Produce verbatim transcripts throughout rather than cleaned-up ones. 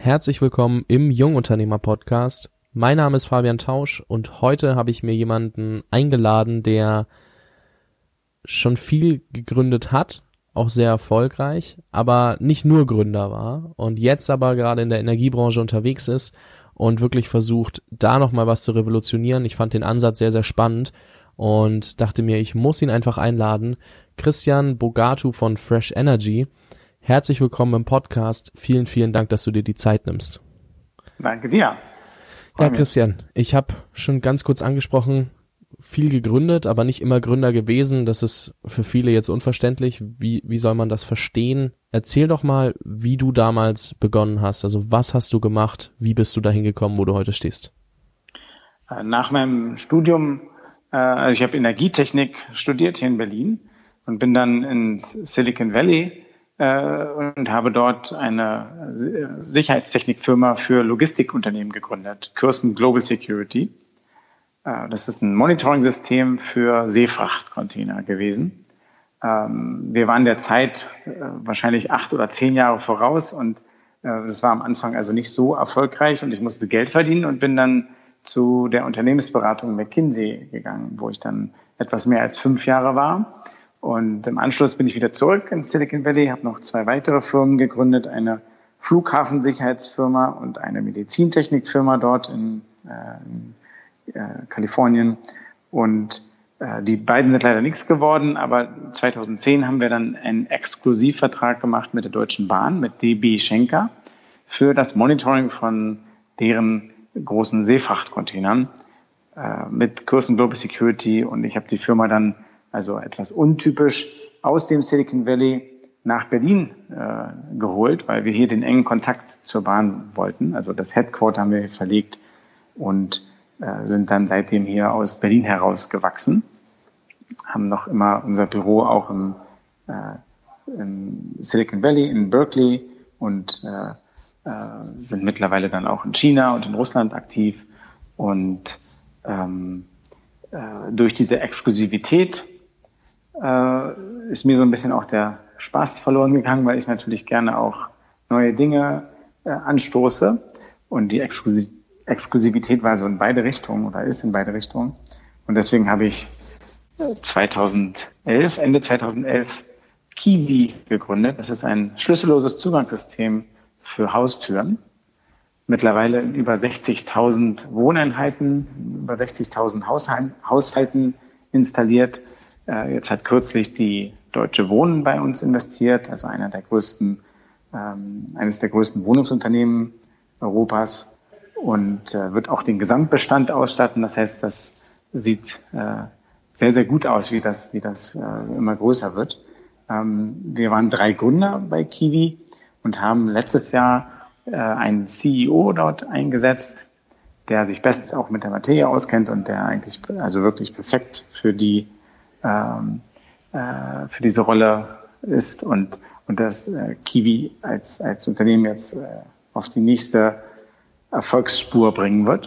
Herzlich willkommen im Jungunternehmer-Podcast. Mein Name ist Fabian Tausch und heute habe ich mir jemanden eingeladen, der schon viel gegründet hat, auch sehr erfolgreich, aber nicht nur Gründer war und jetzt aber gerade in der Energiebranche unterwegs ist und wirklich versucht, da nochmal was zu revolutionieren. Ich fand den Ansatz sehr, sehr spannend und dachte mir, ich muss ihn einfach einladen. Christian Bogatu von Fresh Energy. Herzlich willkommen im Podcast. Vielen, vielen Dank, dass du dir die Zeit nimmst. Danke dir. Ja, Christian, ich habe schon ganz kurz angesprochen, viel gegründet, aber nicht immer Gründer gewesen. Das ist für viele jetzt unverständlich. Wie, wie soll man das verstehen? Erzähl doch mal, wie du damals begonnen hast. Also was hast du gemacht? Wie bist du dahin gekommen, wo du heute stehst? Nach meinem Studium, also ich habe Energietechnik studiert hier in Berlin und bin dann ins Silicon Valley und habe dort eine Sicherheitstechnikfirma für Logistikunternehmen gegründet, Kürsten Global Security. Das ist ein Monitoring-System für Seefrachtcontainer gewesen. Wir waren der Zeit wahrscheinlich acht oder zehn Jahre voraus und das war am Anfang also nicht so erfolgreich und ich musste Geld verdienen und bin dann zu der Unternehmensberatung McKinsey gegangen, wo ich dann etwas mehr als fünf Jahre war. Und im Anschluss bin ich wieder zurück ins Silicon Valley, habe noch zwei weitere Firmen gegründet, eine Flughafensicherheitsfirma und eine Medizintechnikfirma dort in, äh, in äh, Kalifornien. Und äh, die beiden sind leider nichts geworden, aber zweitausendzehn haben wir dann einen Exklusivvertrag gemacht mit der Deutschen Bahn, mit D B Schenker, für das Monitoring von deren großen Seefrachtcontainern äh, mit Kürsten Global Security. Und ich habe die Firma dann also etwas untypisch aus dem Silicon Valley nach Berlin äh, geholt, weil wir hier den engen Kontakt zur Bahn wollten. Also das Headquarter haben wir verlegt und äh, sind dann seitdem hier aus Berlin heraus gewachsen. Haben noch immer unser Büro auch im, äh, im Silicon Valley in Berkeley und äh, äh, sind mittlerweile dann auch in China und in Russland aktiv. Und ähm, äh, durch diese Exklusivität äh, ist mir so ein bisschen auch der Spaß verloren gegangen, weil ich natürlich gerne auch neue Dinge äh, anstoße. Und die Exklusiv- Exklusivität war so in beide Richtungen oder ist in beide Richtungen. Und deswegen habe ich zweitausendelf, Ende zweitausendelf Kiwi gegründet. Das ist ein schlüsselloses Zugangssystem für Haustüren. Mittlerweile in über sechzigtausend Wohneinheiten, über sechzigtausend Haushalten installiert. Jetzt hat kürzlich die Deutsche Wohnen bei uns investiert, also einer der größten, ähm, eines der größten Wohnungsunternehmen Europas und äh, wird auch den Gesamtbestand ausstatten. Das heißt, das sieht äh, sehr, sehr gut aus, wie das, wie das äh, immer größer wird. Ähm, wir waren drei Gründer bei Kiwi und haben letztes Jahr äh, einen C E O dort eingesetzt, der sich bestens auch mit der Materie auskennt und der eigentlich also wirklich perfekt für die ähm, äh, für diese Rolle ist und und das äh, Kiwi als als Unternehmen jetzt äh, auf die nächste Erfolgsspur bringen wird.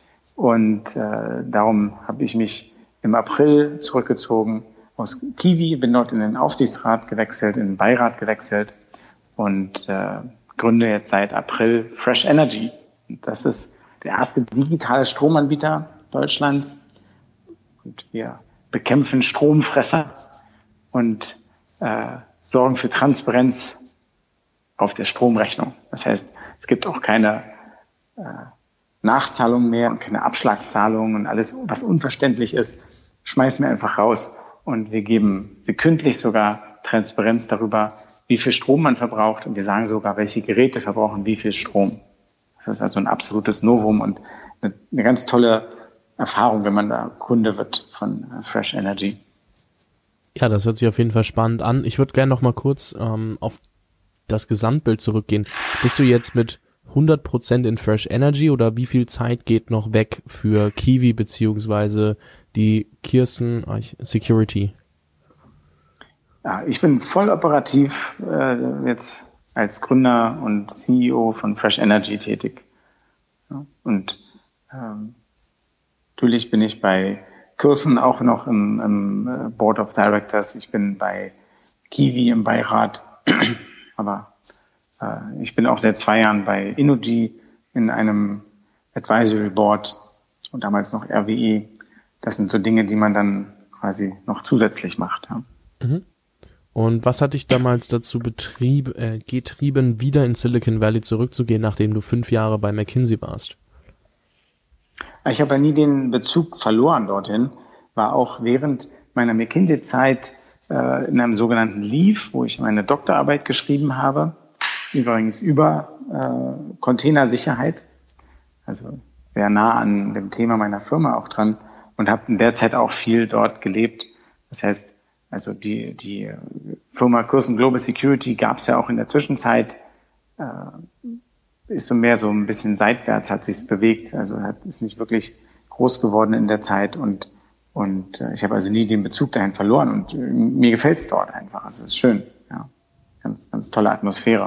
Und äh, darum habe ich mich im April zurückgezogen aus Kiwi, bin dort in den Aufsichtsrat gewechselt, in den Beirat gewechselt und äh, gründe jetzt seit April Fresh Energy. Das ist der erste digitale Stromanbieter Deutschlands und wir bekämpfen Stromfresser und äh, sorgen für Transparenz auf der Stromrechnung. Das heißt, es gibt auch keine äh, Nachzahlungen mehr und keine Abschlagszahlungen und alles, was unverständlich ist, schmeißen wir einfach raus. Und wir geben sekündlich sogar Transparenz darüber, wie viel Strom man verbraucht. Und wir sagen sogar, welche Geräte verbrauchen wie viel Strom. Das ist also ein absolutes Novum und eine, eine ganz tolle Erfahrung, wenn man da Kunde wird von Fresh Energy. Ja, das hört sich auf jeden Fall spannend an. Ich würde gerne noch mal kurz ähm, auf das Gesamtbild zurückgehen. Bist du jetzt mit hundert Prozent in Fresh Energy oder wie viel Zeit geht noch weg für Kiwi beziehungsweise die Kürsten Security? Ja, ich bin voll operativ äh, jetzt als Gründer und C E O von Fresh Energy tätig. Ja, und ähm, natürlich bin ich bei Kürsten auch noch im, im Board of Directors. Ich bin bei Kiwi im Beirat, aber äh, ich bin auch seit zwei Jahren bei Innogy in einem Advisory Board und damals noch R W E. Das sind so Dinge, die man dann quasi noch zusätzlich macht. Ja. Mhm. Und was hat dich damals dazu betrieb, äh, getrieben, wieder in Silicon Valley zurückzugehen, nachdem du fünf Jahre bei McKinsey warst? Ich habe ja nie den Bezug verloren dorthin, war auch während meiner McKinsey-Zeit äh, in einem sogenannten Leave, wo ich meine Doktorarbeit geschrieben habe, übrigens über äh, Containersicherheit, also sehr nah an dem Thema meiner Firma auch dran und habe in der Zeit auch viel dort gelebt. Das heißt, also die, die Firma Curzon Global Security gab es ja auch in der Zwischenzeit, äh, ist so mehr so ein bisschen seitwärts, hat sich bewegt, also hat, ist nicht wirklich groß geworden in der Zeit und, und äh, ich habe also nie den Bezug dahin verloren und äh, mir gefällt es dort einfach, also es ist schön, ja, ganz, ganz tolle Atmosphäre.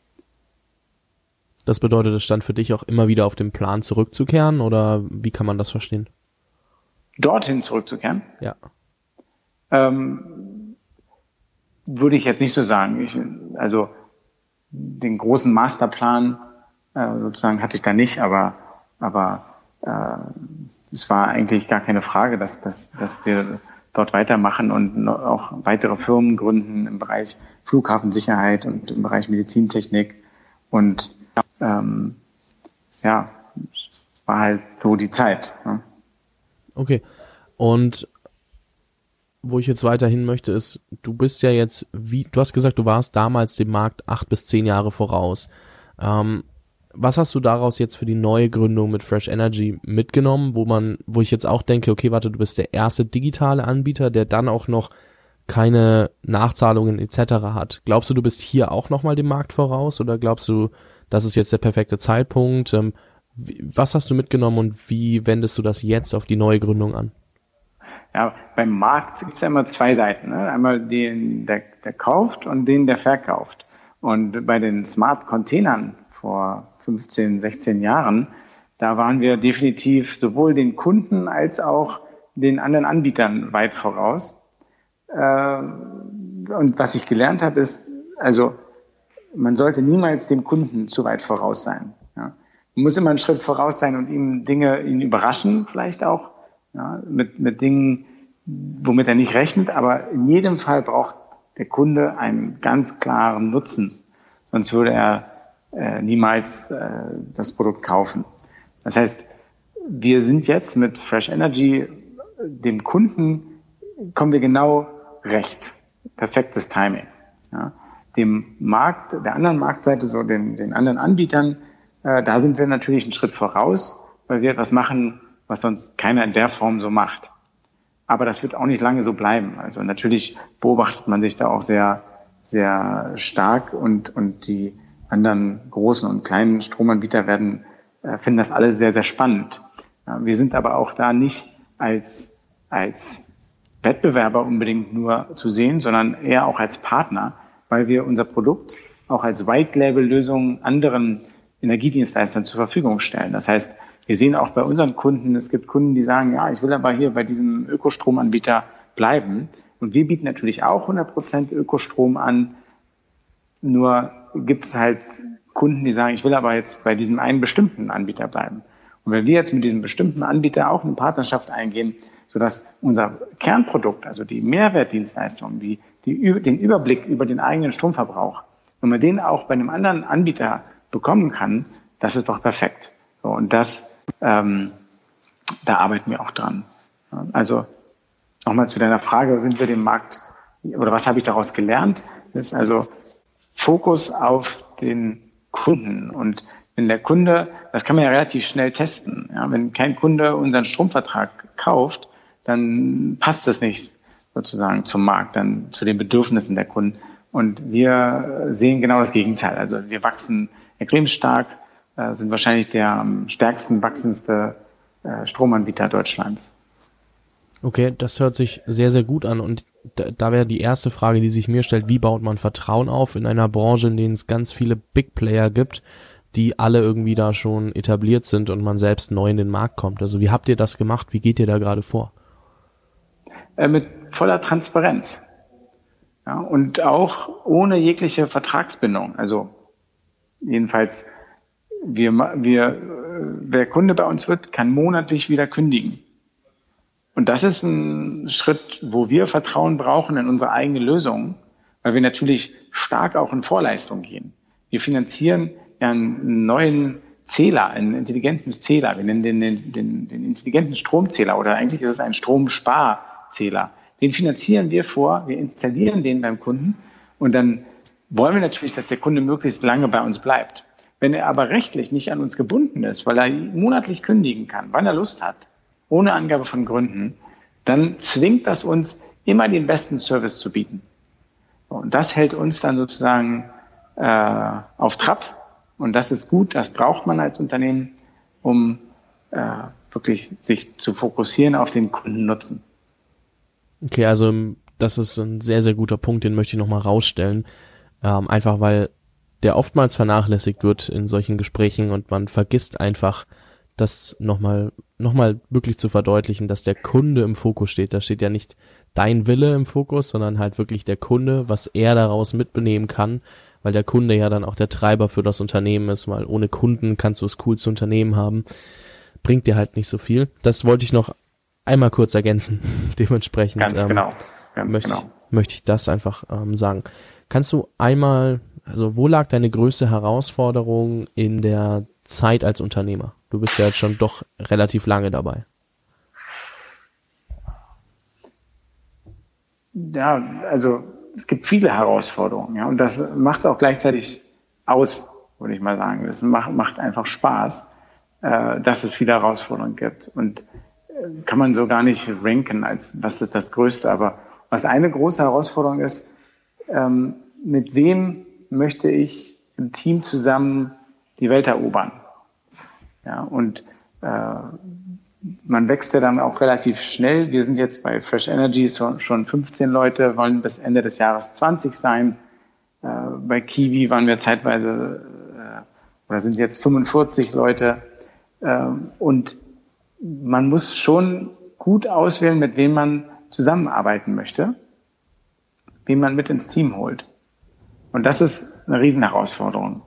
Das bedeutet, es stand für dich auch immer wieder auf dem Plan zurückzukehren oder wie kann man das verstehen? Dorthin zurückzukehren? Ja. Ähm, würde ich jetzt nicht so sagen. Ich, also den großen Masterplan äh, sozusagen hatte ich da nicht, aber aber äh, es war eigentlich gar keine Frage, dass dass dass wir dort weitermachen und noch auch weitere Firmen gründen im Bereich Flughafensicherheit und im Bereich Medizintechnik und ähm, ja, war halt so die Zeit. Ne? Okay. Und wo ich jetzt weiterhin möchte, ist, du bist ja jetzt, wie, du hast gesagt, du warst damals dem Markt acht bis zehn Jahre voraus. Ähm, was hast du daraus jetzt für die neue Gründung mit Fresh Energy mitgenommen, wo man, wo ich jetzt auch denke, okay, warte, du bist der erste digitale Anbieter, der dann auch noch keine Nachzahlungen et cetera hat. Glaubst du, du bist hier auch nochmal dem Markt voraus oder glaubst du, das ist jetzt der perfekte Zeitpunkt? Ähm, wie, was hast du mitgenommen und wie wendest du das jetzt auf die neue Gründung an? Ja, beim Markt gibt es ja immer zwei Seiten. Ne? Einmal den, der, der kauft und den, der verkauft. Und bei den Smart Containern vor fünfzehn, sechzehn Jahren, da waren wir definitiv sowohl den Kunden als auch den anderen Anbietern weit voraus. Und was ich gelernt habe, ist, also man sollte niemals dem Kunden zu weit voraus sein. Ja? Man muss immer einen Schritt voraus sein und ihm Dinge, ihn überraschen vielleicht auch. Ja, mit, mit Dingen, womit er nicht rechnet, aber in jedem Fall braucht der Kunde einen ganz klaren Nutzen, sonst würde er äh, niemals äh, das Produkt kaufen. Das heißt, wir sind jetzt mit Fresh Energy dem Kunden, kommen wir genau recht. Perfektes Timing. Ja. Dem Markt, der anderen Marktseite, so den, den anderen Anbietern, äh, da sind wir natürlich einen Schritt voraus, weil wir etwas machen, was sonst keiner in der Form so macht. Aber das wird auch nicht lange so bleiben. Also natürlich beobachtet man sich da auch sehr, sehr stark und, und die anderen großen und kleinen Stromanbieter werden, äh, finden das alles sehr, sehr spannend. Ja, wir sind aber auch da nicht als, als Wettbewerber unbedingt nur zu sehen, sondern eher auch als Partner, weil wir unser Produkt auch als White-Label-Lösung anderen Energiedienstleistern zur Verfügung stellen. Das heißt, wir sehen auch bei unseren Kunden, es gibt Kunden, die sagen, ja, ich will aber hier bei diesem Ökostromanbieter bleiben. Und wir bieten natürlich auch hundert Prozent Ökostrom an. Nur gibt es halt Kunden, die sagen, ich will aber jetzt bei diesem einen bestimmten Anbieter bleiben. Und wenn wir jetzt mit diesem bestimmten Anbieter auch eine Partnerschaft eingehen, sodass unser Kernprodukt, also die Mehrwertdienstleistung, die, die, den Überblick über den eigenen Stromverbrauch, wenn man den auch bei einem anderen Anbieter bekommen kann, das ist doch perfekt. So, und das, ähm, da arbeiten wir auch dran. Also nochmal zu deiner Frage, sind wir dem Markt, oder was habe ich daraus gelernt? Das ist also Fokus auf den Kunden. Und wenn der Kunde, das kann man ja relativ schnell testen. Ja, wenn kein Kunde unseren Stromvertrag kauft, dann passt das nicht sozusagen zum Markt, dann zu den Bedürfnissen der Kunden. Und wir sehen genau das Gegenteil. Also wir wachsen extrem stark, äh, sind wahrscheinlich der am stärksten wachsendste äh, Stromanbieter Deutschlands. Okay, das hört sich sehr, sehr gut an. Und da, da wäre die erste Frage, die sich mir stellt, wie baut man Vertrauen auf in einer Branche, in der es ganz viele Big Player gibt, die alle irgendwie da schon etabliert sind und man selbst neu in den Markt kommt. Also wie habt ihr das gemacht? Wie geht ihr da gerade vor? Äh, mit voller Transparenz. Ja, und auch ohne jegliche Vertragsbindung. Also Jedenfalls, wir, wir, wer Kunde bei uns wird, kann monatlich wieder kündigen. Und das ist ein Schritt, wo wir Vertrauen brauchen in unsere eigene Lösung, weil wir natürlich stark auch in Vorleistung gehen. Wir finanzieren ja einen neuen Zähler, einen intelligenten Zähler. Wir nennen den, den, den, den intelligenten Stromzähler oder eigentlich ist es ein Stromsparzähler. Den finanzieren wir vor, wir installieren den beim Kunden und dann wollen wir natürlich, dass der Kunde möglichst lange bei uns bleibt. Wenn er aber rechtlich nicht an uns gebunden ist, weil er monatlich kündigen kann, wann er Lust hat, ohne Angabe von Gründen, dann zwingt das uns, immer den besten Service zu bieten. Und das hält uns dann sozusagen äh, auf Trab. Und das ist gut, das braucht man als Unternehmen, um äh, wirklich sich zu fokussieren auf den Kundennutzen. Okay, also das ist ein sehr, sehr guter Punkt, den möchte ich nochmal rausstellen. Ähm, einfach weil der oftmals vernachlässigt wird in solchen Gesprächen und man vergisst einfach, das nochmal nochmal wirklich zu verdeutlichen, dass der Kunde im Fokus steht. Da steht ja nicht dein Wille im Fokus, sondern halt wirklich der Kunde, was er daraus mitbenehmen kann, weil der Kunde ja dann auch der Treiber für das Unternehmen ist, weil ohne Kunden kannst du das coolste Unternehmen haben. Bringt dir halt nicht so viel. Das wollte ich noch einmal kurz ergänzen. Dementsprechend Ganz ähm, genau. Ganz möchte, genau. Ich, möchte ich das einfach ähm, sagen. Kannst du einmal, also wo lag deine größte Herausforderung in der Zeit als Unternehmer? Du bist ja jetzt schon doch relativ lange dabei. Ja, also es gibt viele Herausforderungen, ja, und das macht es auch gleichzeitig aus, würde ich mal sagen. Das macht, macht einfach Spaß, äh, dass es viele Herausforderungen gibt und äh, kann man so gar nicht ranken, als was ist das Größte. Aber was eine große Herausforderung ist, ähm, mit wem möchte ich im Team zusammen die Welt erobern? Ja, und äh, man wächst ja dann auch relativ schnell. Wir sind jetzt bei Fresh Energy so, schon fünfzehn Leute, wollen bis Ende des Jahres zwanzig sein. Äh, bei Kiwi waren wir zeitweise äh, oder sind jetzt fünfundvierzig Leute. Äh, und man muss schon gut auswählen, mit wem man zusammenarbeiten möchte, wen man mit ins Team holt. Und das ist eine Riesenherausforderung.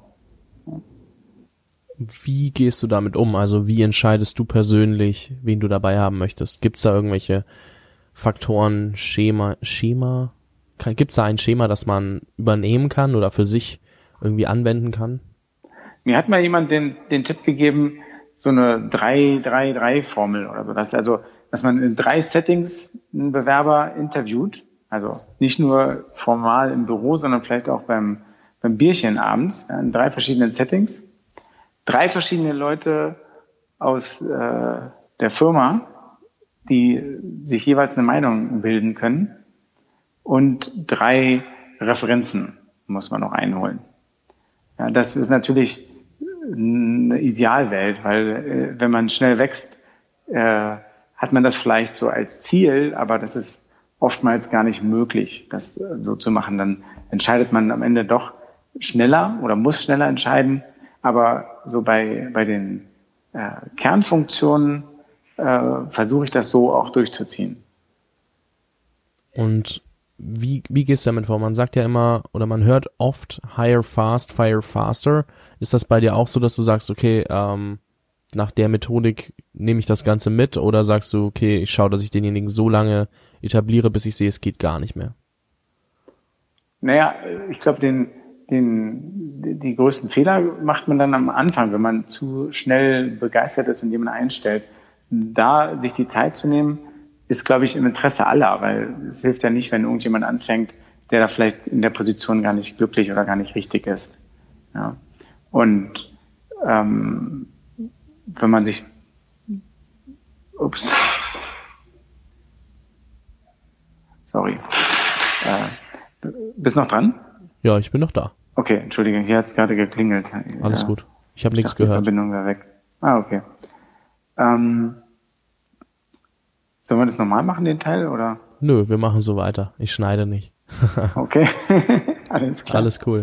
Wie gehst du damit um? Also wie entscheidest du persönlich, wen du dabei haben möchtest? Gibt es da irgendwelche Faktoren, Schema, Schema? Gibt es da ein Schema, das man übernehmen kann oder für sich irgendwie anwenden kann? Mir hat mal jemand den, den Tipp gegeben, so eine drei drei drei Formel oder so. Das ist also, dass man in drei Settings einen Bewerber interviewt. Also nicht nur formal im Büro, sondern vielleicht auch beim, beim Bierchen abends, ja, in drei verschiedenen Settings. Drei verschiedene Leute aus äh, der Firma, die sich jeweils eine Meinung bilden können. Und drei Referenzen muss man noch einholen. Ja, das ist natürlich eine Idealwelt, weil äh, wenn man schnell wächst, äh, hat man das vielleicht so als Ziel, aber das ist oftmals gar nicht möglich, das äh, so zu machen. Dann entscheidet man am Ende doch schneller oder muss schneller entscheiden. Aber so bei, bei den äh, Kernfunktionen äh, versuche ich das so auch durchzuziehen. Und wie, wie gehst du damit vor? Man sagt ja immer, oder man hört oft, hire fast, fire faster. Ist das bei dir auch so, dass du sagst, okay, ähm, nach der Methodik nehme ich das Ganze mit? Oder sagst du, okay, ich schaue, dass ich denjenigen so lange etabliere, bis ich sehe, es geht gar nicht mehr? Naja, ich glaube, den Den, die größten Fehler macht man dann am Anfang, wenn man zu schnell begeistert ist und jemanden einstellt. Da sich die Zeit zu nehmen, ist, glaube ich, im Interesse aller, weil es hilft ja nicht, wenn irgendjemand anfängt, der da vielleicht in der Position gar nicht glücklich oder gar nicht richtig ist. Ja. Und ähm, wenn man sich ups sorry äh, bist noch dran? Ja, ich bin noch da. Okay, Entschuldigung, hier hat es gerade geklingelt. Alles ja. gut. Ich habe nichts dachte, gehört. Die Verbindung war weg. Ah, okay. Ähm, sollen wir das nochmal machen, den Teil, oder? Nö, wir machen so weiter. Ich schneide nicht. Okay, alles klar. Alles cool.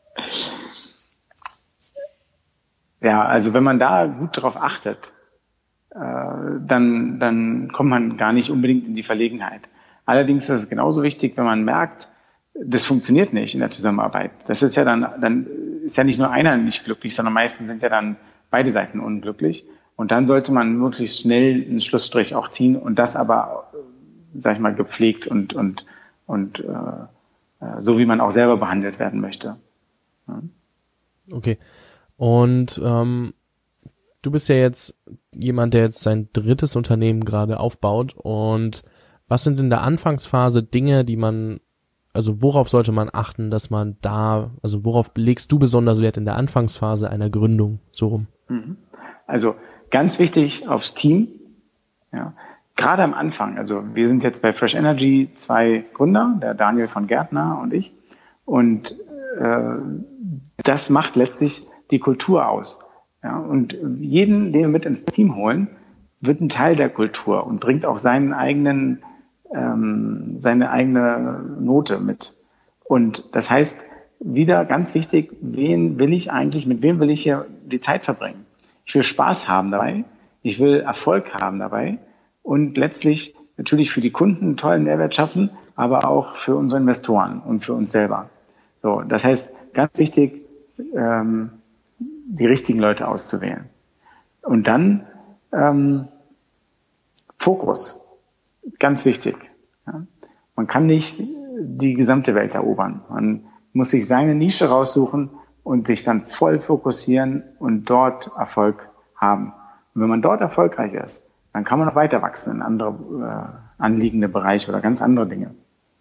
Ja, also wenn man da gut drauf achtet, äh, dann, dann kommt man gar nicht unbedingt in die Verlegenheit. Allerdings ist es genauso wichtig, wenn man merkt, das funktioniert nicht in der Zusammenarbeit. Das ist ja dann, dann ist ja nicht nur einer nicht glücklich, sondern meistens sind ja dann beide Seiten unglücklich. Und dann sollte man möglichst schnell einen Schlussstrich auch ziehen und das aber, sag ich mal, gepflegt und, und, und äh, so, wie man auch selber behandelt werden möchte. Ja. Okay. Und ähm, du bist ja jetzt jemand, der jetzt sein drittes Unternehmen gerade aufbaut. Und was sind in der Anfangsphase Dinge, die man, also worauf sollte man achten, dass man da, also worauf legst du besonders Wert in der Anfangsphase einer Gründung, so rum? Also ganz wichtig aufs Team. Ja. Gerade am Anfang, also wir sind jetzt bei Fresh Energy zwei Gründer, der Daniel von Gärtner und ich. Und äh, das macht letztlich die Kultur aus. Ja. Und jeden, den wir mit ins Team holen, wird ein Teil der Kultur und bringt auch seinen eigenen, ähm, seine eigene Note mit. Und das heißt, wieder ganz wichtig, wen will ich eigentlich, mit wem will ich hier die Zeit verbringen? Ich will Spaß haben dabei, ich will Erfolg haben dabei und letztlich natürlich für die Kunden einen tollen Mehrwert schaffen, aber auch für unsere Investoren und für uns selber. So, das heißt, ganz wichtig, ähm, die richtigen Leute auszuwählen. Und dann ähm, Fokus, ganz wichtig. Ja. Man kann nicht die gesamte Welt erobern. Man muss sich seine Nische raussuchen und sich dann voll fokussieren und dort Erfolg haben. Und wenn man dort erfolgreich ist, dann kann man noch weiter wachsen in andere äh, anliegende Bereiche oder ganz andere Dinge.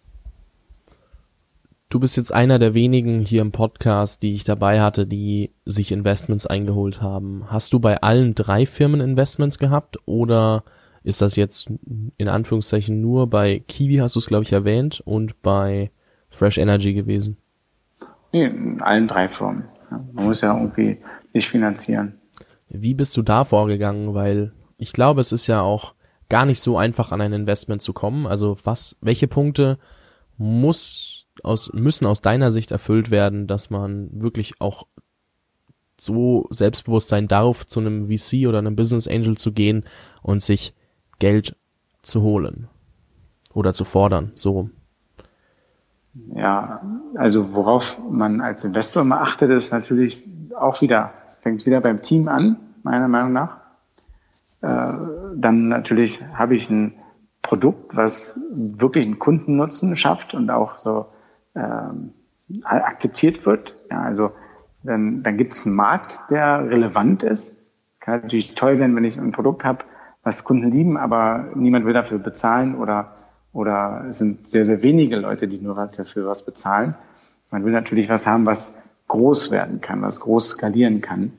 Du bist jetzt einer der wenigen hier im Podcast, die ich dabei hatte, die sich Investments eingeholt haben. Hast du bei allen drei Firmen Investments gehabt oder ist das jetzt in Anführungszeichen nur bei Kiwi, hast du es glaube ich erwähnt, und bei Fresh Energy gewesen? Nee, in allen drei Firmen. Ja, man muss ja irgendwie sich finanzieren. Wie bist du da vorgegangen? Weil ich glaube, es ist ja auch gar nicht so einfach, an ein Investment zu kommen. Also was, welche Punkte muss aus, müssen aus deiner Sicht erfüllt werden, dass man wirklich auch so selbstbewusst sein darf, zu einem V C oder einem Business Angel zu gehen und sich Geld zu holen oder zu fordern, so rum? Ja, also worauf man als Investor immer achtet, ist natürlich auch wieder, fängt wieder beim Team an, meiner Meinung nach. Äh, dann natürlich habe ich ein Produkt, was wirklich einen Kundennutzen schafft und auch so ähm, akzeptiert wird. Ja, also dann, dann gibt es einen Markt, der relevant ist. Kann natürlich toll sein, wenn ich ein Produkt habe, was Kunden lieben, aber niemand will dafür bezahlen oder oder es sind sehr, sehr wenige Leute, die nur dafür was bezahlen. Man will natürlich was haben, was groß werden kann, was groß skalieren kann.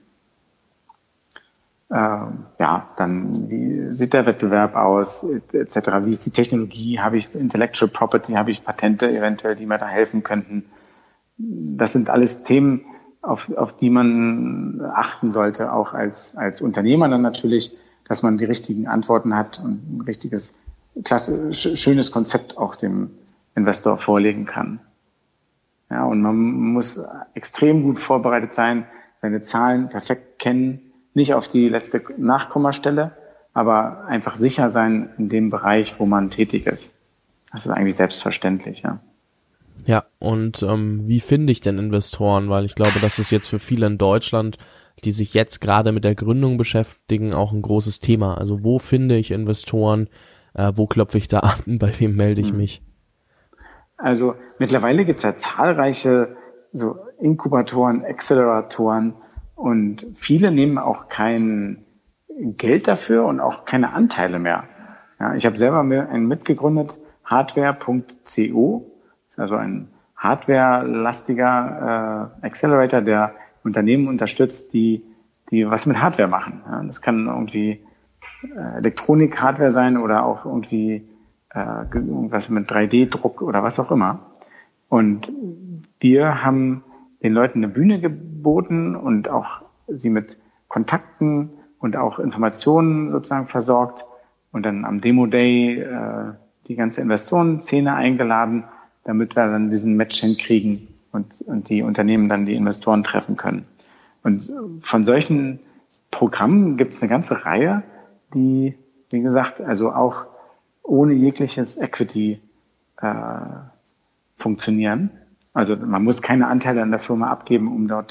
Ähm, ja, dann wie sieht der Wettbewerb aus, et cetera. Wie ist die Technologie? Habe ich Intellectual Property? Habe ich Patente eventuell, die mir da helfen könnten? Das sind alles Themen, auf, auf die man achten sollte, auch als, als Unternehmer dann natürlich, dass man die richtigen Antworten hat und ein richtiges klasse, schönes Konzept auch dem Investor vorlegen kann. Ja, und man muss extrem gut vorbereitet sein, seine Zahlen perfekt kennen, nicht auf die letzte Nachkommastelle, aber einfach sicher sein in dem Bereich, wo man tätig ist. Das ist eigentlich selbstverständlich, ja. Ja, und ähm, wie finde ich denn Investoren? Weil ich glaube, das ist jetzt für viele in Deutschland, die sich jetzt gerade mit der Gründung beschäftigen, auch ein großes Thema. Also wo finde ich Investoren? Äh, wo klopfe ich da an? Bei wem melde ich mich? Also mittlerweile gibt es ja zahlreiche so Inkubatoren, Acceleratoren und viele nehmen auch kein Geld dafür und auch keine Anteile mehr. Ja, ich habe selber einen mitgegründet, hardware punkt co, das ist also ein hardware-lastiger äh, Accelerator, der Unternehmen unterstützt, die die was mit Hardware machen. Ja, das kann irgendwie Elektronik-Hardware sein oder auch irgendwie äh, irgendwas mit drei D Druck oder was auch immer. Und wir haben den Leuten eine Bühne geboten und auch sie mit Kontakten und auch Informationen sozusagen versorgt und dann am Demo Day äh, die ganze Investorenszene eingeladen, damit wir dann diesen Match hinkriegen und, und die Unternehmen dann die Investoren treffen können. Und von solchen Programmen gibt es eine ganze Reihe, die, wie gesagt, also auch ohne jegliches Equity äh, funktionieren. Also man muss keine Anteile an der Firma abgeben, um dort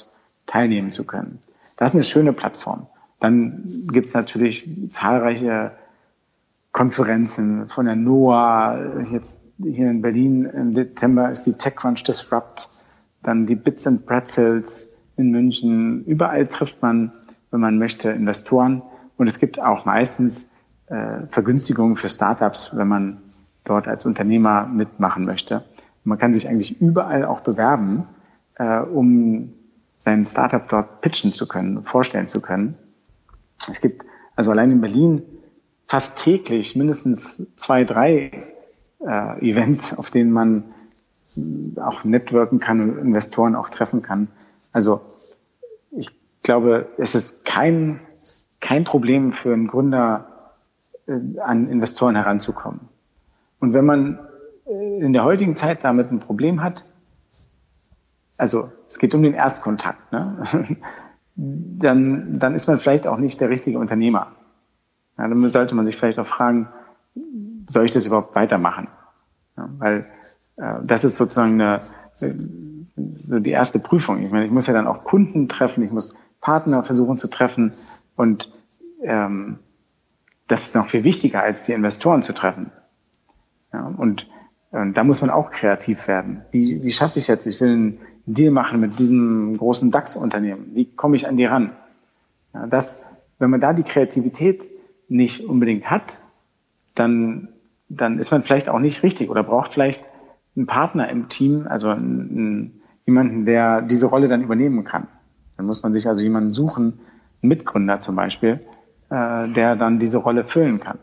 teilnehmen zu können. Das ist eine schöne Plattform. Dann gibt es natürlich zahlreiche Konferenzen von der N O A A. Jetzt hier in Berlin im Dezember ist die TechCrunch Disrupt, dann die Bits and Pretzels in München. Überall trifft man, wenn man möchte, Investoren. Und es gibt auch meistens äh, Vergünstigungen für Startups, wenn man dort als Unternehmer mitmachen möchte. Und man kann sich eigentlich überall auch bewerben, äh, um sein Startup dort pitchen zu können, vorstellen zu können. Es gibt also allein in Berlin fast täglich mindestens zwei, drei äh, Events, auf denen man auch networken kann und Investoren auch treffen kann. Also ich glaube, es ist kein, kein Problem für einen Gründer, äh, an Investoren heranzukommen. Und wenn man in der heutigen Zeit damit ein Problem hat, also es geht um den Erstkontakt, ne? dann, dann ist man vielleicht auch nicht der richtige Unternehmer. Ja, dann sollte man sich vielleicht auch fragen, soll ich das überhaupt weitermachen? Ja, weil äh, das ist sozusagen eine, so die erste Prüfung. Ich meine, ich muss ja dann auch Kunden treffen, ich muss Partner versuchen zu treffen und ähm, das ist noch viel wichtiger, als die Investoren zu treffen. Ja, und Und da muss man auch kreativ werden. Wie, wie schaffe ich es jetzt? Ich will einen Deal machen mit diesem großen DAX-Unternehmen. Wie komme ich an die ran? Ja, das, wenn man da die Kreativität nicht unbedingt hat, dann, dann ist man vielleicht auch nicht richtig oder braucht vielleicht einen Partner im Team, also einen, jemanden, der diese Rolle dann übernehmen kann. Dann muss man sich also jemanden suchen, einen Mitgründer zum Beispiel, äh, der dann diese Rolle füllen kann.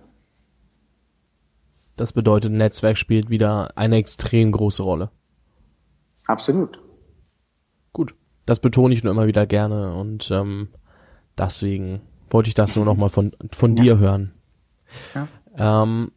Das bedeutet, Netzwerk spielt wieder eine extrem große Rolle. Absolut. Gut, das betone ich nur immer wieder gerne und ähm, deswegen wollte ich das nur noch mal von von dir hören. Ja. Ähm,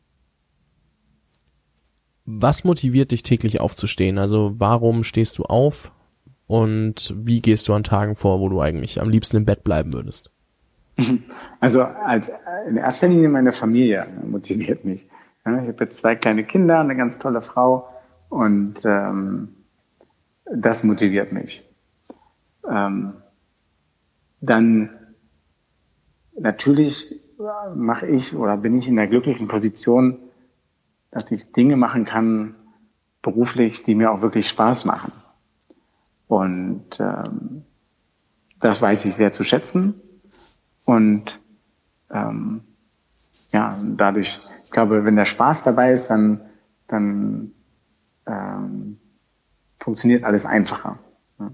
was motiviert dich täglich aufzustehen? Also warum stehst du auf und wie gehst du an Tagen vor, wo du eigentlich am liebsten im Bett bleiben würdest? Also als in erster Linie meine Familie motiviert mich. Ich habe jetzt zwei kleine Kinder, eine ganz tolle Frau und ähm, das motiviert mich. Ähm, dann natürlich mache ich oder bin ich in der glücklichen Position, dass ich Dinge machen kann beruflich, die mir auch wirklich Spaß machen. Und ähm, das weiß ich sehr zu schätzen und ähm, ja, dadurch, ich glaube, wenn der Spaß dabei ist, dann, dann ähm, funktioniert alles einfacher. Ja.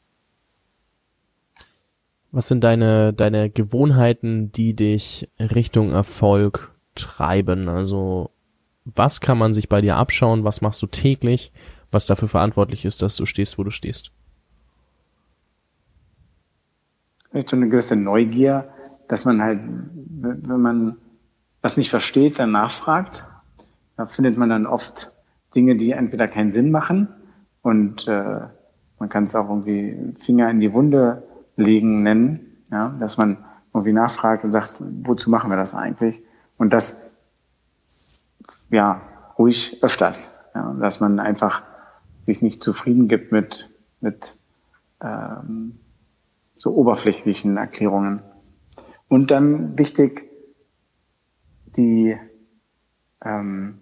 Was sind deine, deine Gewohnheiten, die dich Richtung Erfolg treiben? Also was kann man sich bei dir abschauen? Was machst du täglich, was dafür verantwortlich ist, dass du stehst, wo du stehst? So eine gewisse Neugier, dass man halt, wenn man was nicht versteht, dann nachfragt. Da findet man dann oft Dinge, die entweder keinen Sinn machen und äh, man kann es auch irgendwie Finger in die Wunde legen nennen, ja, dass man irgendwie nachfragt und sagt, wozu machen wir das eigentlich? Und das, ja, ruhig öfters, ja, dass man einfach sich nicht zufrieden gibt mit mit ähm, so oberflächlichen Erklärungen. Und dann wichtig, die ähm,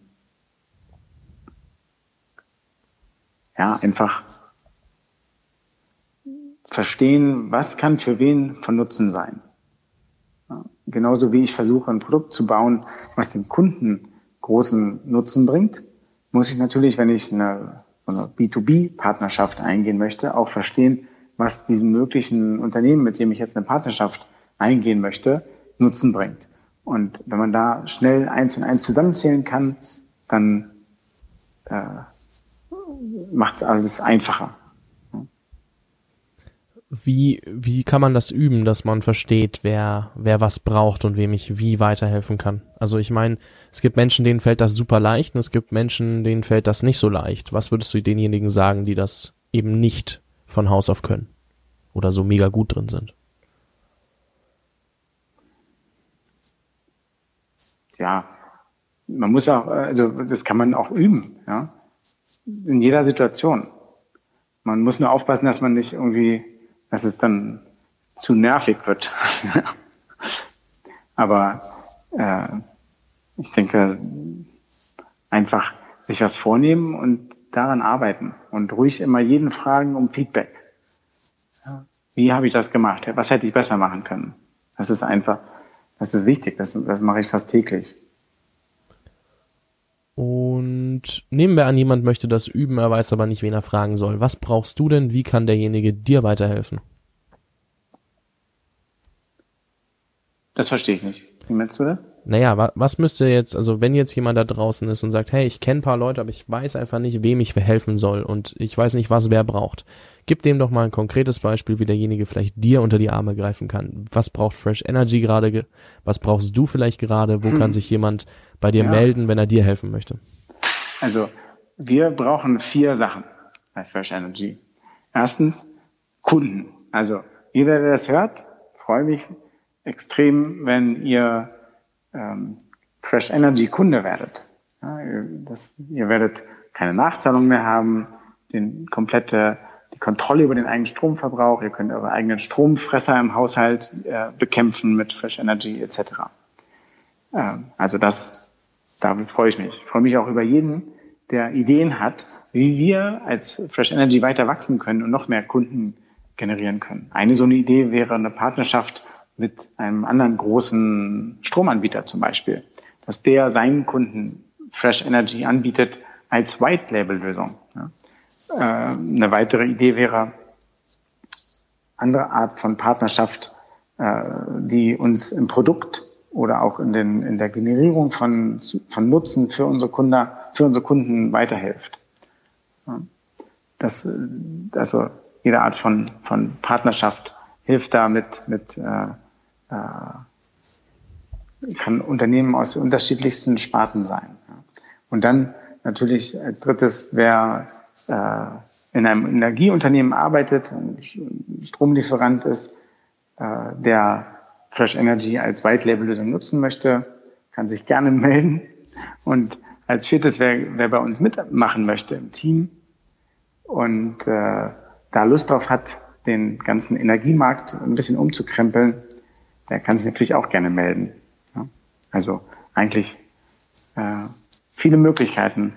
ja einfach verstehen, was kann für wen von Nutzen sein. Ja, genauso wie ich versuche, ein Produkt zu bauen, was dem Kunden großen Nutzen bringt, muss ich natürlich, wenn ich eine, eine B zwei B-Partnerschaft eingehen möchte, auch verstehen, was diesem möglichen Unternehmen, mit dem ich jetzt eine Partnerschaft eingehen möchte, Nutzen bringt. Und wenn man da schnell eins und eins zusammenzählen kann, dann äh, macht es alles einfacher. Wie, wie kann man das üben, dass man versteht, wer, wer was braucht und wem ich wie weiterhelfen kann? Also ich meine, es gibt Menschen, denen fällt das super leicht und es gibt Menschen, denen fällt das nicht so leicht. Was würdest du denjenigen sagen, die das eben nicht von Haus auf können oder so mega gut drin sind? Ja, man muss auch, also das kann man auch üben, ja, in jeder Situation. Man muss nur aufpassen, dass man nicht irgendwie dass es dann zu nervig wird. Aber äh, ich denke, einfach sich was vornehmen und daran arbeiten und ruhig immer jeden fragen um Feedback. Ja, wie habe ich das gemacht? Was hätte ich besser machen können? Das ist einfach, das ist wichtig, das, das mache ich fast täglich. Und nehmen wir an, jemand möchte das üben, er weiß aber nicht, wen er fragen soll. Was brauchst du denn? Wie kann derjenige dir weiterhelfen? Das verstehe ich nicht. Wie meinst du das? Naja, wa- was müsste jetzt, also wenn jetzt jemand da draußen ist und sagt, hey, ich kenne ein paar Leute, aber ich weiß einfach nicht, wem ich helfen soll und ich weiß nicht, was wer braucht. Gib dem doch mal ein konkretes Beispiel, wie derjenige vielleicht dir unter die Arme greifen kann. Was braucht Fresh Energy gerade? ge- Was brauchst du vielleicht gerade? Wo Hm. kann sich jemand bei dir Ja. melden, wenn er dir helfen möchte? Also, wir brauchen vier Sachen bei Fresh Energy. Erstens, Kunden. Also, jeder, der das hört, freue mich extrem, wenn ihr ähm, Fresh Energy Kunde werdet. Ja, ihr, das, ihr werdet keine Nachzahlung mehr haben, den komplette, die Kontrolle über den eigenen Stromverbrauch, ihr könnt eure eigenen Stromfresser im Haushalt äh, bekämpfen mit Fresh Energy et cetera. Ähm, also das, damit freue ich mich. Ich freue mich auch über jeden, der Ideen hat, wie wir als Fresh Energy weiter wachsen können und noch mehr Kunden generieren können. Eine so eine Idee wäre eine Partnerschaft mit einem anderen großen Stromanbieter zum Beispiel, dass der seinen Kunden Fresh Energy anbietet als White-Label-Lösung. Ja. Äh, eine weitere Idee wäre andere Art von Partnerschaft, äh, die uns im Produkt oder auch in, den, in der Generierung von, von Nutzen für unsere Kunden, für unsere Kunden weiterhilft. Ja. Das, also jede Art von, von Partnerschaft hilft da mit, mit äh, kann Unternehmen aus unterschiedlichsten Sparten sein. Und dann natürlich als drittes, wer äh, in einem Energieunternehmen arbeitet, ein Stromlieferant ist, äh, der Fresh Energy als White-Label-Lösung nutzen möchte, kann sich gerne melden. Und als viertes, wer, wer bei uns mitmachen möchte im Team und äh, da Lust drauf hat, den ganzen Energiemarkt ein bisschen umzukrempeln, der kann sich natürlich auch gerne melden. Ja? Also eigentlich äh, viele Möglichkeiten,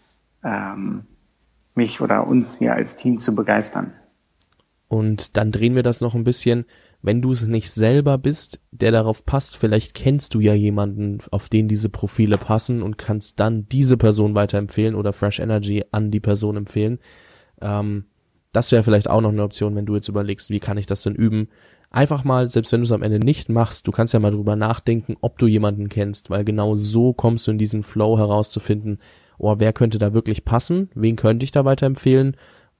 ähm, mich oder uns hier als Team zu begeistern. Und dann drehen wir das noch ein bisschen, wenn du es nicht selber bist, der darauf passt, vielleicht kennst du ja jemanden, auf den diese Profile passen und kannst dann diese Person weiterempfehlen oder Fresh Energy an die Person empfehlen. Ähm, das wäre vielleicht auch noch eine Option, wenn du jetzt überlegst, wie kann ich das denn üben? Einfach mal, selbst wenn du es am Ende nicht machst, du kannst ja mal drüber nachdenken, ob du jemanden kennst, weil genau so kommst du in diesen Flow herauszufinden, oh, wer könnte da wirklich passen, wen könnte ich da weiterempfehlen,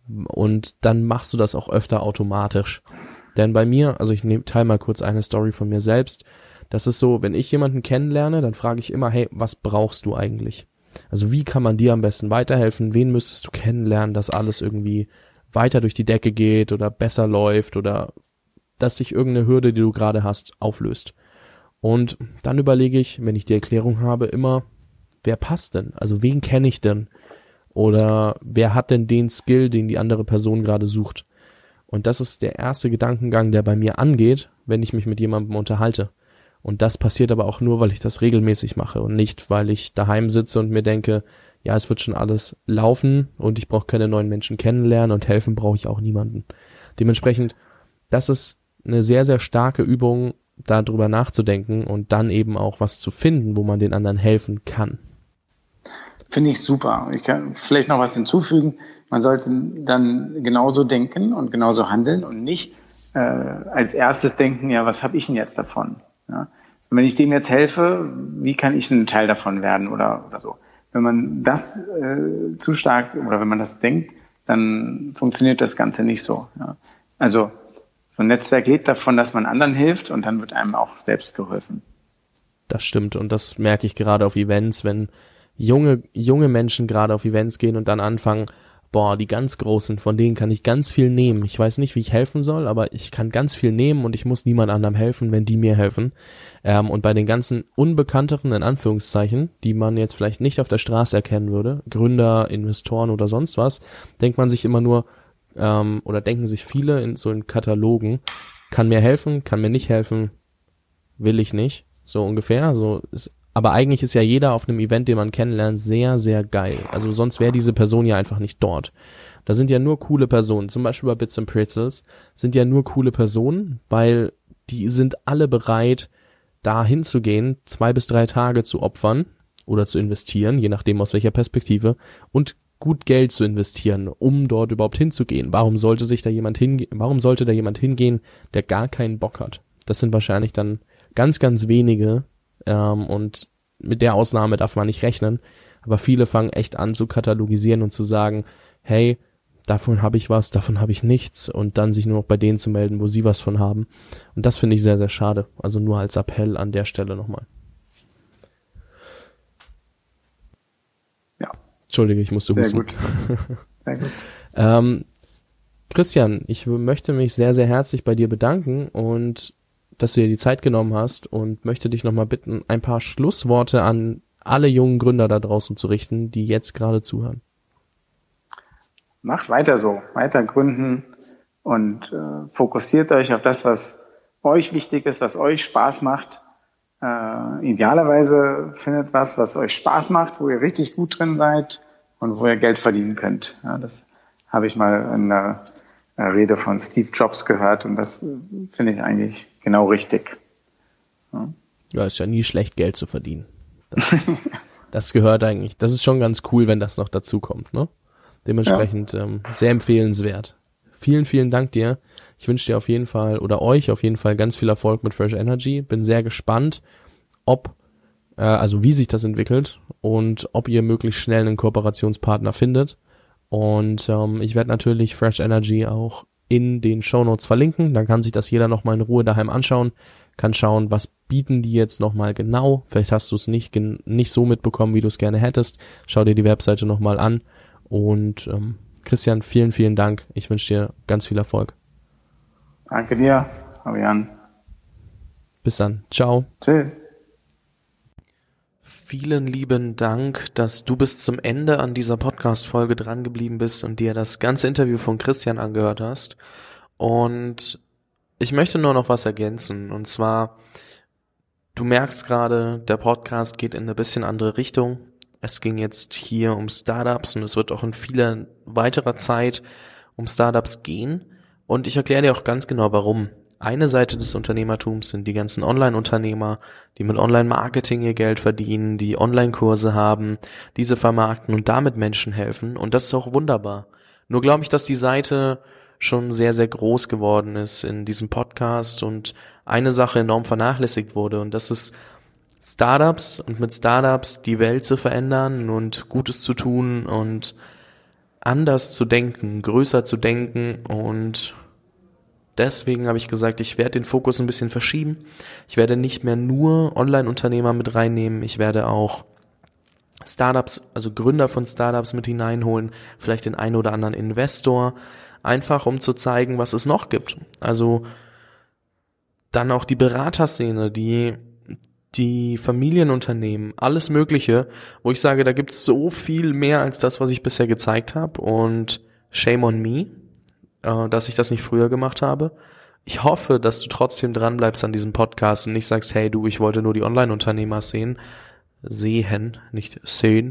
und dann machst du das auch öfter automatisch. Denn bei mir, also ich nehm, teile mal kurz eine Story von mir selbst, das ist so, wenn ich jemanden kennenlerne, dann frage ich immer, hey, was brauchst du eigentlich? Also wie kann man dir am besten weiterhelfen, wen müsstest du kennenlernen, dass alles irgendwie weiter durch die Decke geht oder besser läuft oder dass sich irgendeine Hürde, die du gerade hast, auflöst. Und dann überlege ich, wenn ich die Erklärung habe, immer, wer passt denn? Also wen kenne ich denn? Oder wer hat denn den Skill, den die andere Person gerade sucht? Und das ist der erste Gedankengang, der bei mir angeht, wenn ich mich mit jemandem unterhalte. Und das passiert aber auch nur, weil ich das regelmäßig mache und nicht, weil ich daheim sitze und mir denke, ja, es wird schon alles laufen und ich brauche keine neuen Menschen kennenlernen und helfen brauche ich auch niemanden. Dementsprechend, das ist eine sehr, sehr starke Übung, darüber nachzudenken und dann eben auch was zu finden, wo man den anderen helfen kann. Finde ich super. Ich kann vielleicht noch was hinzufügen. Man sollte dann genauso denken und genauso handeln und nicht äh, als erstes denken, ja, was habe ich denn jetzt davon? Ja? Wenn ich dem jetzt helfe, wie kann ich ein Teil davon werden oder, oder so? Wenn man das äh, zu stark oder wenn man das denkt, dann funktioniert das Ganze nicht so. Ja? Also so ein Netzwerk lebt davon, dass man anderen hilft und dann wird einem auch selbst geholfen. Das stimmt und das merke ich gerade auf Events, wenn junge junge Menschen gerade auf Events gehen und dann anfangen, boah, die ganz Großen, von denen kann ich ganz viel nehmen. Ich weiß nicht, wie ich helfen soll, aber ich kann ganz viel nehmen und ich muss niemand anderem helfen, wenn die mir helfen. Ähm, und bei den ganzen Unbekannteren, in Anführungszeichen, die man jetzt vielleicht nicht auf der Straße erkennen würde, Gründer, Investoren oder sonst was, denkt man sich immer nur, ähm, oder denken sich viele in so in Katalogen, kann mir helfen, kann mir nicht helfen, will ich nicht, so ungefähr. So ist, aber eigentlich ist ja jeder auf einem Event, den man kennenlernt, sehr, sehr geil. Also sonst wäre diese Person ja einfach nicht dort. Da sind ja nur coole Personen, zum Beispiel bei Bits and Pretzels sind ja nur coole Personen, weil die sind alle bereit, da hinzugehen, zwei bis drei Tage zu opfern oder zu investieren, je nachdem aus welcher Perspektive, und gut Geld zu investieren, um dort überhaupt hinzugehen. Warum sollte sich da jemand hingehen, warum sollte da jemand hingehen, der gar keinen Bock hat? Das sind wahrscheinlich dann ganz, ganz wenige, ähm, und mit der Ausnahme darf man nicht rechnen, aber viele fangen echt an zu katalogisieren und zu sagen, hey, davon habe ich was, davon habe ich nichts, und dann sich nur noch bei denen zu melden, wo sie was von haben. Und das finde ich sehr, sehr schade. Also nur als Appell an der Stelle nochmal. Ja. Entschuldige, ich musste sehr husten. Gut. Sehr gut. ähm, Christian, ich möchte mich sehr, sehr herzlich bei dir bedanken und dass du dir die Zeit genommen hast, und möchte dich nochmal bitten, ein paar Schlussworte an alle jungen Gründer da draußen zu richten, die jetzt gerade zuhören. Macht weiter so, weiter gründen und äh, fokussiert euch auf das, was euch wichtig ist, was euch Spaß macht. Äh, idealerweise findet was, was euch Spaß macht, wo ihr richtig gut drin seid und wo ihr Geld verdienen könnt. Ja, das habe ich mal in einer Rede von Steve Jobs gehört, und das finde ich eigentlich genau richtig. Ja, ja, ist ja nie schlecht, Geld zu verdienen. Das, das gehört eigentlich, das ist schon ganz cool, wenn das noch dazu kommt, ne? Dementsprechend ja. ähm, sehr empfehlenswert. Vielen, vielen Dank dir. Ich wünsche dir auf jeden Fall oder euch auf jeden Fall ganz viel Erfolg mit Fresh Energy. Bin sehr gespannt, ob, äh, also wie sich das entwickelt und ob ihr möglichst schnell einen Kooperationspartner findet. Und ähm, ich werde natürlich Fresh Energy auch in den Shownotes verlinken. Dann kann sich das jeder nochmal in Ruhe daheim anschauen, kann schauen, was bieten die jetzt nochmal genau. Vielleicht hast du es nicht, nicht so mitbekommen, wie du es gerne hättest. Schau dir die Webseite nochmal an. Und ähm, Christian, vielen, vielen Dank. Ich wünsche dir ganz viel Erfolg. Danke dir, Fabian. Bis dann. Ciao. Tschüss. Vielen lieben Dank, dass du bis zum Ende an dieser Podcast-Folge dran geblieben bist und dir das ganze Interview von Christian angehört hast. Und ich möchte nur noch was ergänzen. Und zwar, du merkst gerade, der Podcast geht in eine bisschen andere Richtung. Es ging jetzt hier um Startups und es wird auch in vieler weiterer Zeit um Startups gehen. Und ich erkläre dir auch ganz genau, warum. Eine Seite des Unternehmertums sind die ganzen Online-Unternehmer, die mit Online-Marketing ihr Geld verdienen, die Online-Kurse haben, diese vermarkten und damit Menschen helfen. Und das ist auch wunderbar. Nur glaube ich, dass die Seite schon sehr, sehr groß geworden ist in diesem Podcast und eine Sache enorm vernachlässigt wurde. Und das ist Startups und mit Startups die Welt zu verändern und Gutes zu tun und anders zu denken, größer zu denken. Und deswegen habe ich gesagt, ich werde den Fokus ein bisschen verschieben. Ich werde nicht mehr nur Online-Unternehmer mit reinnehmen, ich werde auch Startups, also Gründer von Startups mit hineinholen, vielleicht den einen oder anderen Investor, einfach um zu zeigen, was es noch gibt. Also dann auch die Beraterszene, die die Familienunternehmen, alles Mögliche, wo ich sage, da gibt es so viel mehr als das, was ich bisher gezeigt habe, und shame on me, äh, dass ich das nicht früher gemacht habe. Ich hoffe, dass du trotzdem dran bleibst an diesem Podcast und nicht sagst, hey du, ich wollte nur die Online-Unternehmer sehen, sehen, nicht sehen.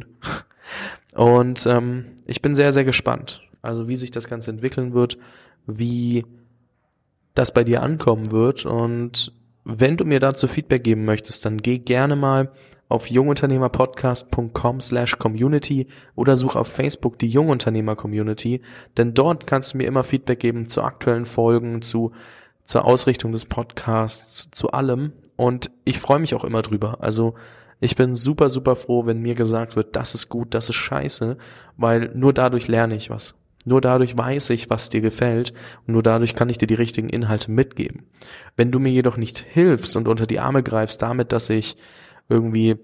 Und ähm, ich bin sehr, sehr gespannt, also wie sich das Ganze entwickeln wird, wie das bei dir ankommen wird. Und wenn du mir dazu Feedback geben möchtest, dann geh gerne mal auf jungunternehmerpodcast punkt com slash community oder such auf Facebook die Jungunternehmer-Community, denn dort kannst du mir immer Feedback geben zu aktuellen Folgen, zu zur Ausrichtung des Podcasts, zu allem, und ich freue mich auch immer drüber. Also ich bin super, super froh, wenn mir gesagt wird, das ist gut, das ist scheiße, weil nur dadurch lerne ich was. Nur dadurch weiß ich, was dir gefällt, und nur dadurch kann ich dir die richtigen Inhalte mitgeben. Wenn du mir jedoch nicht hilfst und unter die Arme greifst damit, dass ich irgendwie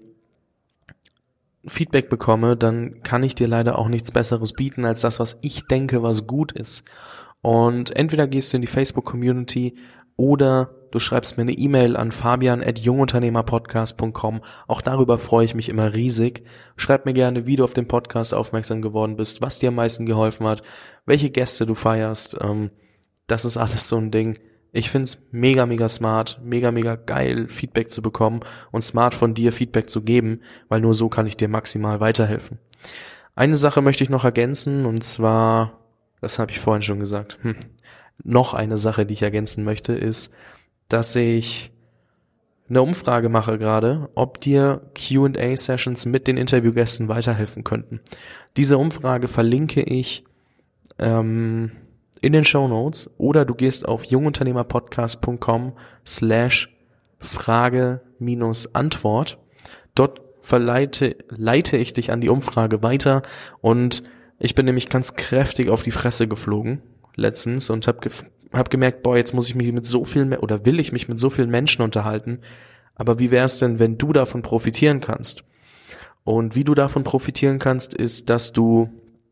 Feedback bekomme, dann kann ich dir leider auch nichts Besseres bieten als das, was ich denke, was gut ist. Und entweder gehst du in die Facebook-Community oder du schreibst mir eine E-Mail an fabian at jungunternehmerpodcast punkt com. Auch darüber freue ich mich immer riesig. Schreib mir gerne, wie du auf den Podcast aufmerksam geworden bist, was dir am meisten geholfen hat, welche Gäste du feierst. Ähm, das ist alles so ein Ding. Ich find's mega, mega smart, mega, mega geil, Feedback zu bekommen und smart von dir Feedback zu geben, weil nur so kann ich dir maximal weiterhelfen. Eine Sache möchte ich noch ergänzen, und zwar, das habe ich vorhin schon gesagt, hm, noch eine Sache, die ich ergänzen möchte, ist, dass ich eine Umfrage mache gerade, ob dir Q and A-Sessions mit den Interviewgästen weiterhelfen könnten. Diese Umfrage verlinke ich ähm, in den Shownotes, oder du gehst auf jungunternehmerpodcast punkt com slash Frage minus Antwort. Dort verleite, leite ich dich an die Umfrage weiter, und ich bin nämlich ganz kräftig auf die Fresse geflogen letztens und hab, gef- hab gemerkt, boah, jetzt muss ich mich mit so vielen, oder will ich mich mit so vielen Menschen unterhalten, aber wie wär's denn, wenn du davon profitieren kannst? Und wie du davon profitieren kannst, ist, dass du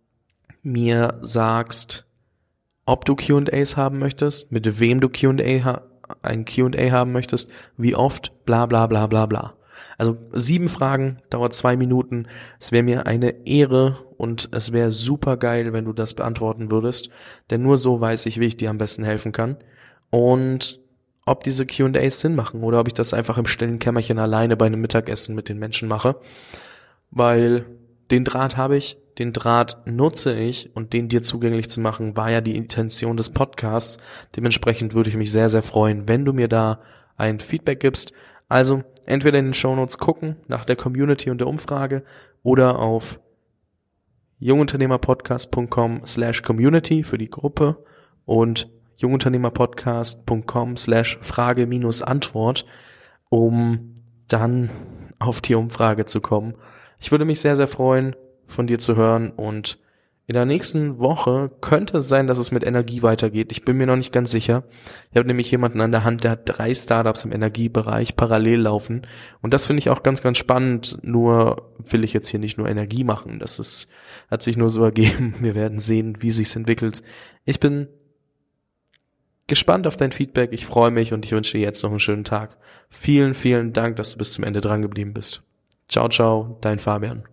mir sagst, ob du Q and A's haben möchtest, mit wem du Q and A ha- ein Q and A haben möchtest, wie oft, bla bla bla bla bla. Also sieben Fragen, dauert zwei Minuten. Es wäre mir eine Ehre und es wäre super geil, wenn du das beantworten würdest, denn nur so weiß ich, wie ich dir am besten helfen kann und ob diese Q and A's Sinn machen oder ob ich das einfach im stillen Kämmerchen alleine bei einem Mittagessen mit den Menschen mache, weil den Draht habe ich, den Draht nutze ich, und den dir zugänglich zu machen, war ja die Intention des Podcasts. Dementsprechend würde ich mich sehr, sehr freuen, wenn du mir da ein Feedback gibst. Also entweder in den Shownotes gucken, nach der Community und der Umfrage, oder auf jungunternehmerpodcast punkt com slash community für die Gruppe und jungunternehmerpodcast punkt com slash Frage minus Antwort, um dann auf die Umfrage zu kommen. Ich würde mich sehr, sehr freuen, von dir zu hören, und in der nächsten Woche könnte es sein, dass es mit Energie weitergeht. Ich bin mir noch nicht ganz sicher. Ich habe nämlich jemanden an der Hand, der hat drei Startups im Energiebereich parallel laufen, und das finde ich auch ganz, ganz spannend. Nur will ich jetzt hier nicht nur Energie machen. Das ist, hat sich nur so ergeben. Wir werden sehen, wie sich's entwickelt. Ich bin gespannt auf dein Feedback. Ich freue mich, und ich wünsche dir jetzt noch einen schönen Tag. Vielen, vielen Dank, dass du bis zum Ende dran geblieben bist. Ciao, ciao, dein Fabian.